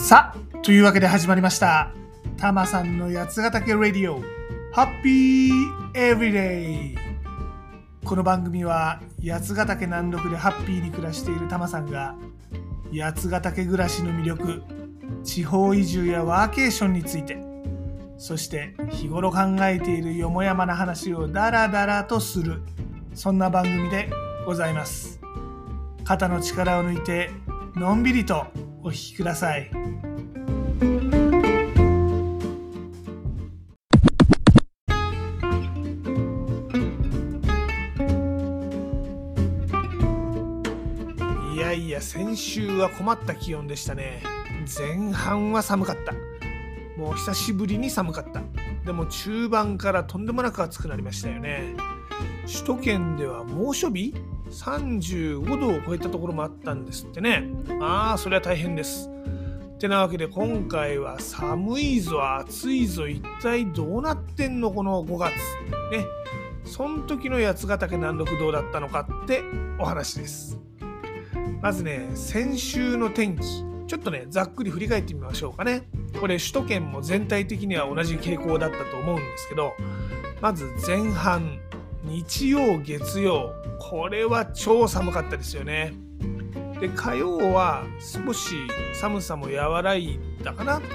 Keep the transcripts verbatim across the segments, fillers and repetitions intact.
さあ、というわけで始まりましたタマさんの八ヶ岳ラディオハッピーエブリデイ。この番組は八ヶ岳南麓でハッピーに暮らしているタマさんが八ヶ岳暮らしの魅力、地方移住やワーケーションについて、そして日頃考えているよもやまな話をダラダラとする、そんな番組でございます。肩の力を抜いてのんびりとお聞きください。いやいや、先週は困った気温でしたね。前半は寒かった。もう久しぶりに寒かった。でも中盤からとんでもなく暑くなりましたよね。首都圏では猛暑日さんじゅうごどを超えたところもあったんですってね。ああ、それは大変です。ってなわけで今回は寒いぞ暑いぞ、一体どうなってんのこのごがつね。そん時の八ヶ岳南麓どうだったのかってお話です。まずね、先週の天気ちょっとねざっくり振り返ってみましょうかね。これ首都圏も全体的には同じ傾向だったと思うんですけど、まず前半日曜月曜、これは超寒かったですよね。で火曜は少し寒さも和らいだかな、うん、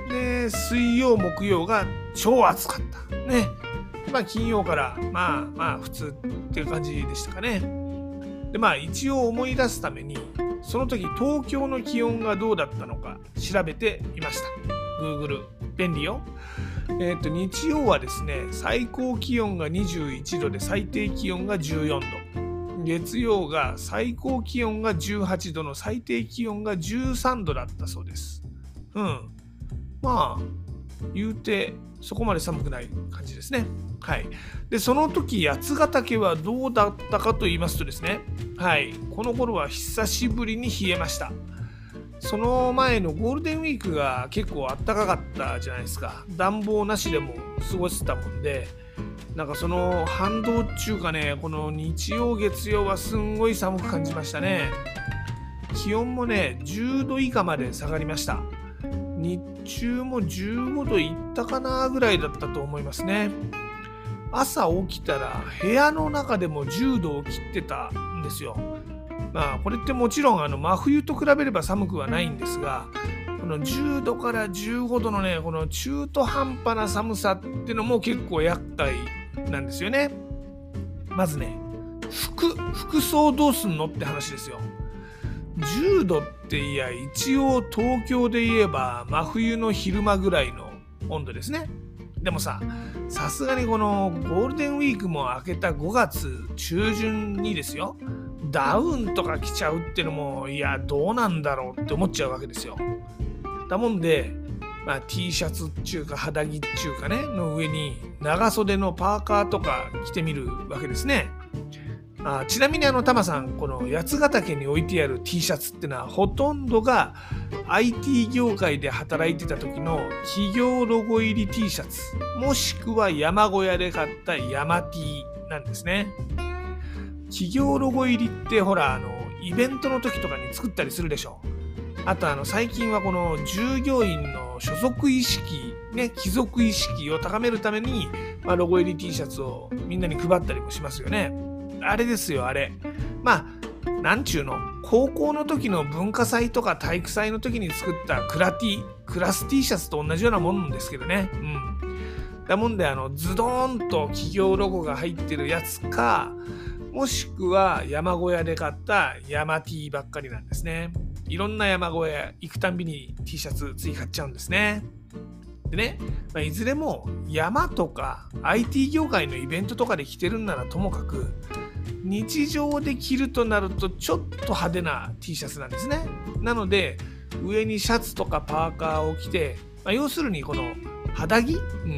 で水曜木曜が超暑かったね。まあ金曜からまあまあ普通っていう感じでしたかね。でまあ一応思い出すためにその時東京の気温がどうだったのか調べてみました。 Google 便利よ。えー、と日曜はですね、最高気温がにじゅういちどで最低気温がじゅうよんど、月曜が最高気温がじゅうはちどの最低気温がじゅうさんどだったそうです。うん、まあ言うてそこまで寒くない感じですね。はい。でその時八ヶ岳はどうだったかと言いますとですね、はい、この頃は久しぶりに冷えました。その前のゴールデンウィークが結構あったかかったじゃないですか。暖房なしでも過ごせたもんで、なんかその反動っちゅうかね、この日曜月曜はすんごい寒く感じましたね。気温もねじゅうど以下まで下がりました。日中もじゅうごどいったかなぐらいだったと思いますね。朝起きたら部屋の中でもじゅうどを切ってたんですよ。まあこれってもちろんあの真冬と比べれば寒くはないんですが、このじゅうどからじゅうごどのねこの中途半端な寒さっていうのも結構厄介なんですよね。まずね、服服装どうすんのって話ですよ。じゅうどっていや一応東京で言えば真冬の昼間ぐらいの温度ですね。でもさ、さすがにこのゴールデンウィークも明けたごがつ中旬にですよ、ダウンとか着ちゃうってのもいやどうなんだろうって思っちゃうわけですよ。だもんで、まあ、T シャツっちゅうか肌着っちゅうかねの上に長袖のパーカーとか着てみるわけですね。あちなみにあのタマさん、この八ヶ岳に置いてある T シャツってのはほとんどが アイティー 業界で働いてた時の企業ロゴ入り T シャツ、もしくは山小屋で買った山 T なんですね。企業ロゴ入りってほらあのイベントの時とかに作ったりするでしょ。あとあの最近はこの従業員の所属意識ね、帰属意識を高めるために、まあ、ロゴ入り T シャツをみんなに配ったりもしますよね。あれですよ、あれ。まあなんちゅうの、高校の時の文化祭とか体育祭の時に作ったクラ T、クラス T シャツと同じようなもんなんですけどね。うん。だもんであのズドーンと企業ロゴが入ってるやつか、もしくは山小屋で買った山 T ばっかりなんですね。いろんな山小屋行くたんびに T シャツつい買っちゃうんですね。でね、まあ、いずれも山とか アイティー 業界のイベントとかで着てるんならともかく、日常で着るとなるとちょっと派手な T シャツなんですね。なので上にシャツとかパーカーを着て、まあ、要するにこの肌着、うん、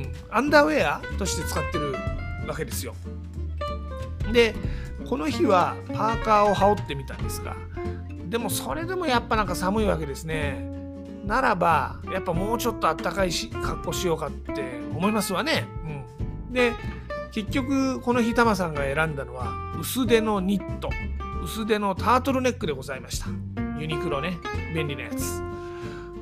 アンダーウェアとして使ってるわけですよ。でこの日はパーカーを羽織ってみたんですが、でもそれでもやっぱなんか寒いわけですね。ならばやっぱもうちょっとあったかいし格好しようかって思いますわね。うん、で結局この日タマさんが選んだのは薄手のニット、薄手のタートルネックでございました。ユニクロね、便利なやつ。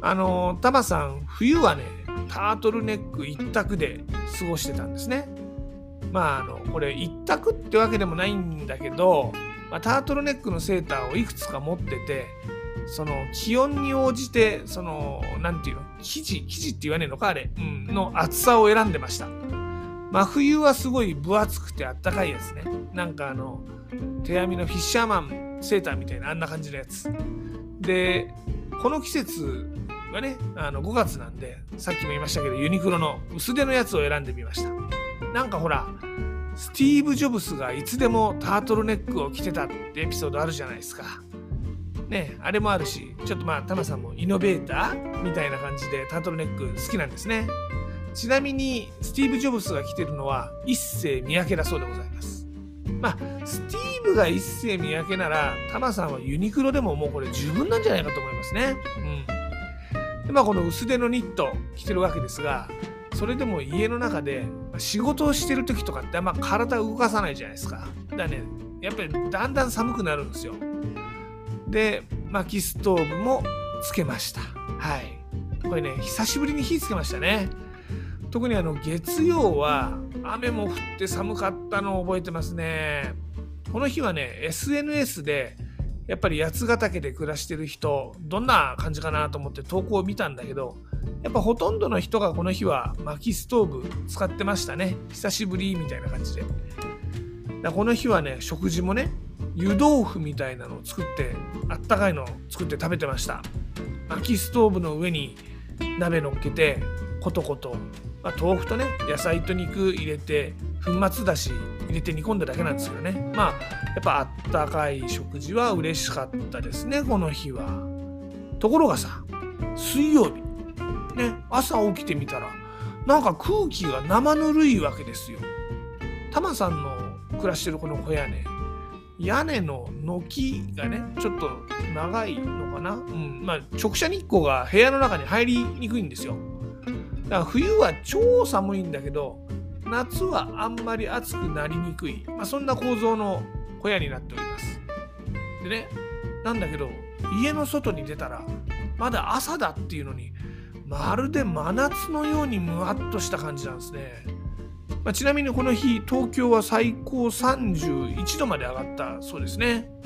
あのタマさん冬はねタートルネック一択で過ごしてたんですね。まああのこれ一択ってわけでもないんだけど、まあ、タートルネックのセーターをいくつか持ってて、その気温に応じてそのなんていうの生地生地って言わねえのかあれ、うん、の厚さを選んでました。真冬はすごい分厚くてあったかいやつね。なんかあの手編みのフィッシャーマンセーターみたいなあんな感じのやつで、この季節がねあのごがつなんで、さっきも言いましたけどユニクロの薄手のやつを選んでみました。なんかほらスティーブ・ジョブスがいつでもタートルネックを着てたってエピソードあるじゃないですかね。あれもあるし、ちょっとまあタマさんもイノベーターみたいな感じでタートルネック好きなんですね。ちなみにスティーブ・ジョブスが着てるのは一世三宅だそうでございます。まあスティーブが一世三宅ならタマさんはユニクロでももうこれ十分なんじゃないかと思いますね。うん。でまあこの薄手のニット着てるわけですが、それでも家の中で仕事をしてる時とかってあんま体動かさないじゃないですか。だからねやっぱりだんだん寒くなるんですよ。で薪ストーブもつけました。はい。これね久しぶりに火つけましたね。特にあの月曜は雨も降って寒かったのを覚えてますね。この日はね エスエヌエス でやっぱり八ヶ岳で暮らしてる人どんな感じかなと思って投稿を見たんだけど、やっぱほとんどの人がこの日は薪ストーブ使ってましたね。久しぶりみたいな感じで。だこの日はね食事もね湯豆腐みたいなのを作って、あったかいのを作って食べてました。薪ストーブの上に鍋乗っけてコトコト、まあ、豆腐とね野菜と肉入れて粉末だし入れて煮込んだだけなんですけどね。まあやっぱあったかい食事は嬉しかったですねこの日は。ところがさ水曜日ね朝起きてみたらなんか空気が生ぬるいわけですよ。タマさんの暮らしてるこの小屋ね、屋根の軒がねちょっと長いのかな、うんまあ、直射日光が部屋の中に入りにくいんですよ。だから冬は超寒いんだけど夏はあんまり暑くなりにくい、まあ、そんな構造の小屋になっております。でねなんだけど家の外に出たらまだ朝だっていうのにまるで真夏のようにムワッとした感じなんですね。まあ、ちなみにこの日東京は最高さんじゅういちどまで上がったそうですね。うん、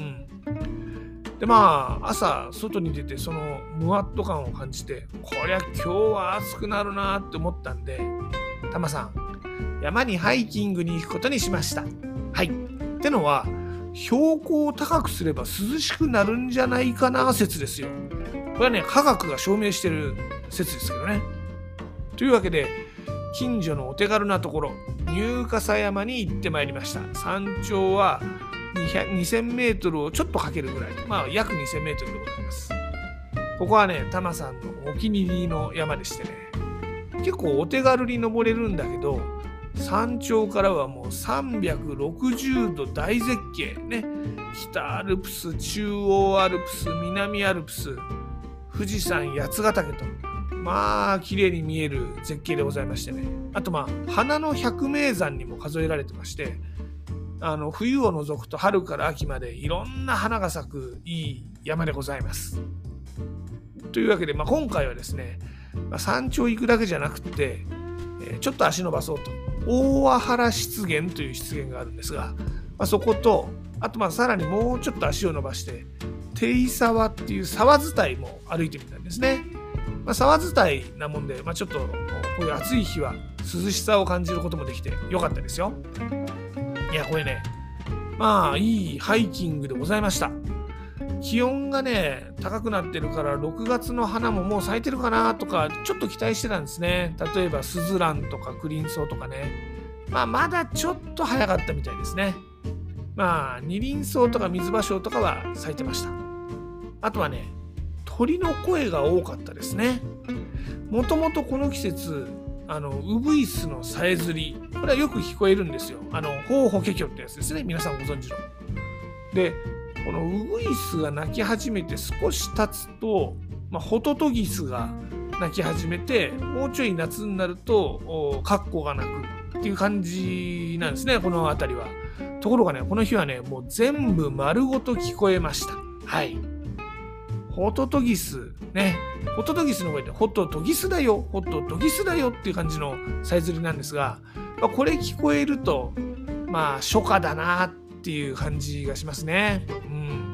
でまあ朝外に出てそのムワッと感を感じて、こりゃ今日は暑くなるなって思ったんで、タマさん山にハイキングに行くことにしました。はい。ってのは標高を高くすれば涼しくなるんじゃないかな説ですよ。これはね科学が証明してる説ですけどね。というわけで近所のお手軽なところ入笠山に行ってまいりました。山頂はにせんメートルをちょっとかけるぐらい、まあ約にせんメートルでございます。ここはねタマさんのお気に入りの山でしてね、結構お手軽に登れるんだけど、山頂からはもうさんびゃくろくじゅうど大絶景ね、北アルプス、中央アルプス、南アルプス、富士山、八ヶ岳とまあ綺麗に見える絶景でございましてね。あとまあ花の百名山にも数えられてまして、あの冬を除くと春から秋までいろんな花が咲くいい山でございます。というわけで、まあ、今回はですね、まあ、山頂行くだけじゃなくて、えー、ちょっと足伸ばそうと大和原湿原という湿原があるんですが、まあ、そことあとまあさらにもうちょっと足を伸ばして定沢っていう沢伝いも歩いてみたんですね。まあ、沢伝いなもんで、まあ、ちょっとこういう暑い日は涼しさを感じることもできてよかったですよ。いやこれねまあいいハイキングでございました。気温がね高くなってるからろくがつの花ももう咲いてるかなとかちょっと期待してたんですね。例えばスズランとかクリンソウとかね、まあまだちょっと早かったみたいですね。まあ二輪草とか水芭蕉とかは咲いてました。あとはね鳥の声が多かったですね。もともとこの季節あのウグイスのさえずり、これはよく聞こえるんですよ。あのホーホケキョってやつですね、皆さんご存知の。でこのウグイスが鳴き始めて少し経つと、まあ、ホトトギスが鳴き始めて、もうちょい夏になるとカッコが鳴くっていう感じなんですね、この辺りは。ところがねこの日はねもう全部丸ごと聞こえました。はい。ホトトギスね、 ホトトギスの声でホトトギスだよホトトギスだよっていう感じのさえずりなんですが、まあ、これ聞こえるとまあ初夏だなっていう感じがしますね。うん、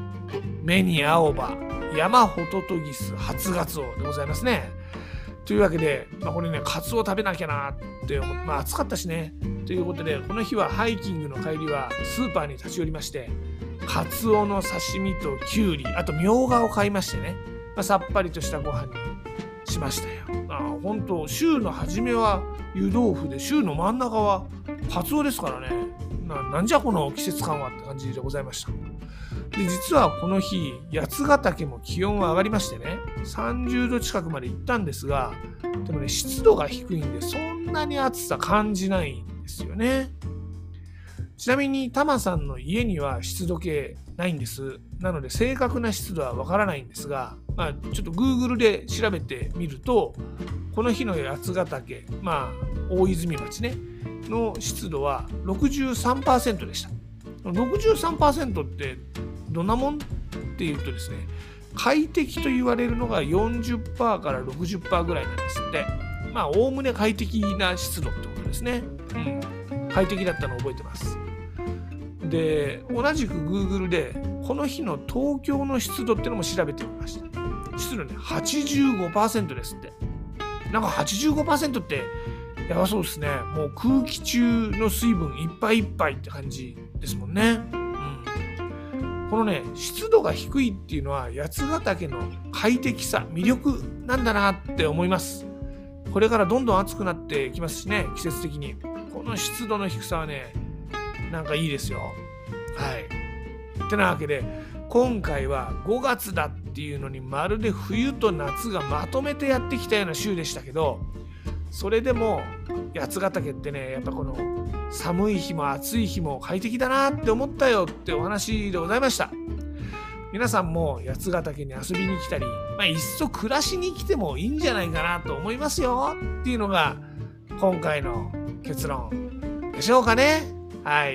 目に青葉山ホトトギス初ガツオでございますね。というわけで、まあ、これねカツオ食べなきゃなって思って、まあ、暑かったしねということで、この日はハイキングの帰りはスーパーに立ち寄りまして、カツオの刺身ときゅうり、あとみょうがを買いましてね、まあ、さっぱりとしたご飯にしましたよ。あ本当週の初めは湯豆腐で、週の真ん中はカツオですからね。な, なんじゃこの季節感はって感じでございました。で実はこの日八ヶ岳も気温は上がりましてね、さんじゅうど近くまで行ったんですが、でもね湿度が低いんでそんなに暑さ感じないんですよね。ちなみにタマさんの家には湿度計ないんです。なので正確な湿度はわからないんですが、まあ、ちょっと Google で調べてみると、この日の八ヶ岳、まあ大泉町ねの湿度は ろくじゅうさんパーセント でした。ろくじゅうさんパーセント ってどんなもんっていうとですね、快適と言われるのが よんじゅっパーセント から ろくじゅっパーセント ぐらいなんですって。まあおおむね快適な湿度ってことですね。うん、快適だったのを覚えてます。で同じく Google でこの日の東京の湿度ってのも調べてみました。湿度ね はちじゅうごパーセント ですって。なんか はちじゅうごパーセント ってやばそうですね。もう空気中の水分いっぱいいっぱいって感じですもんね。うん、このね湿度が低いっていうのは八ヶ岳の快適さ魅力なんだなって思います。これからどんどん暑くなってきますしね、季節的にこの湿度の低さはねなんかいいですよ。はい。ってなわけで今回はごがつだっていうのにまるで冬と夏がまとめてやってきたような週でしたけど、それでも八ヶ岳ってねやっぱこの寒い日も暑い日も快適だなって思ったよってお話でございました。皆さんも八ヶ岳に遊びに来たり、まあ、いっそ暮らしに来てもいいんじゃないかなと思いますよっていうのが今回の結論でしょうかね。はい。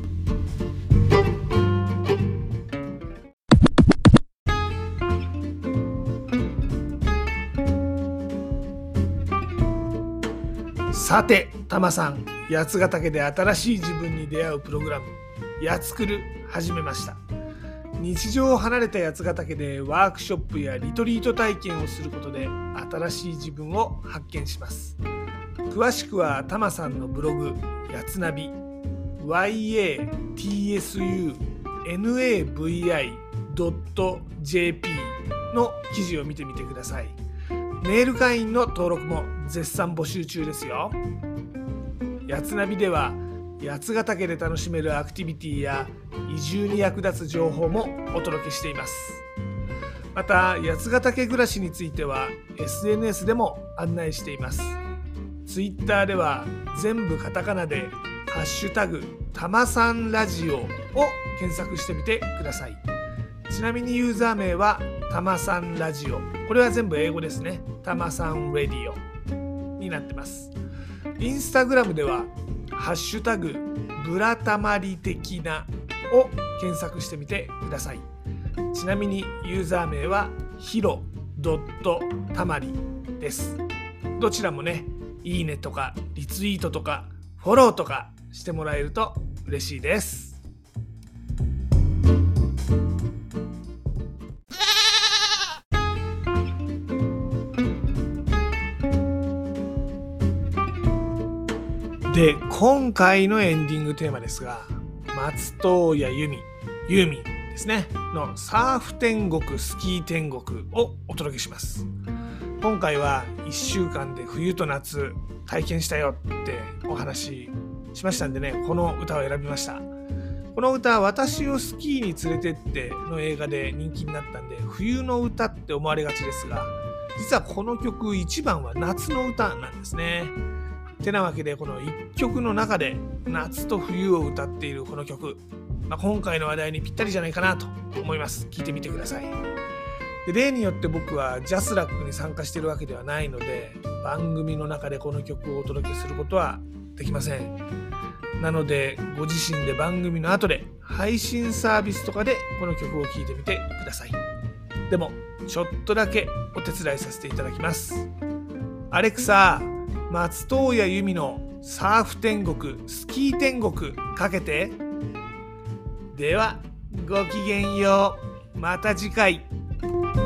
さてタマさん、八ヶ岳で新しい自分に出会うプログラムやつくる始めました。日常を離れた八ヶ岳でワークショップやリトリート体験をすることで新しい自分を発見します。詳しくはタマさんのブログやつナビ ワイエーティーエスユーエヌエーブイアイドットジェーピー の記事を見てみてください。メール会員の登録も絶賛募集中ですよ。やつナビでは八ヶ岳で楽しめるアクティビティや移住に役立つ情報もお届けしています。また八ヶ岳暮らしについては エスエヌエス でも案内しています。Twitter では全部カタカナでハッシュタグたまさんラジオを検索してみてください。ちなみにユーザー名はたまさんラジオ、これは全部英語ですね。たまさんラディオになってます。インスタグラムではハッシュタグブラタマリ的なを検索してみてください。ちなみにユーザー名はヒロドットタマリです。どちらもね、いいねとかリツイートとかフォローとかしてもらえると嬉しいです。で、今回のエンディングテーマですが、松任谷由実、ユーミンですねのサーフ天国スキー天国をお届けします。今回はいっしゅうかんで冬と夏体験したよってお話ししましたんでね、この歌を選びました。この歌は私をスキーに連れてっての映画で人気になったんで、冬の歌って思われがちですが、実はこの曲いちばんは夏の歌なんですね。てなわけでこのいっきょくの中で夏と冬を歌っているこの曲、まあ、今回の話題にぴったりじゃないかなと思います。聞いてみてください。で、例によって僕はジャスラックに参加しているわけではないので、番組の中でこの曲をお届けすることはできません。なのでご自身で番組の後で配信サービスとかでこの曲を聴いてみてください。 でもちょっとだけお手伝いさせていただきます。アレクサ、松任谷由実のサーフ天国、スキー天国かけて。ではごきげんよう。また次回。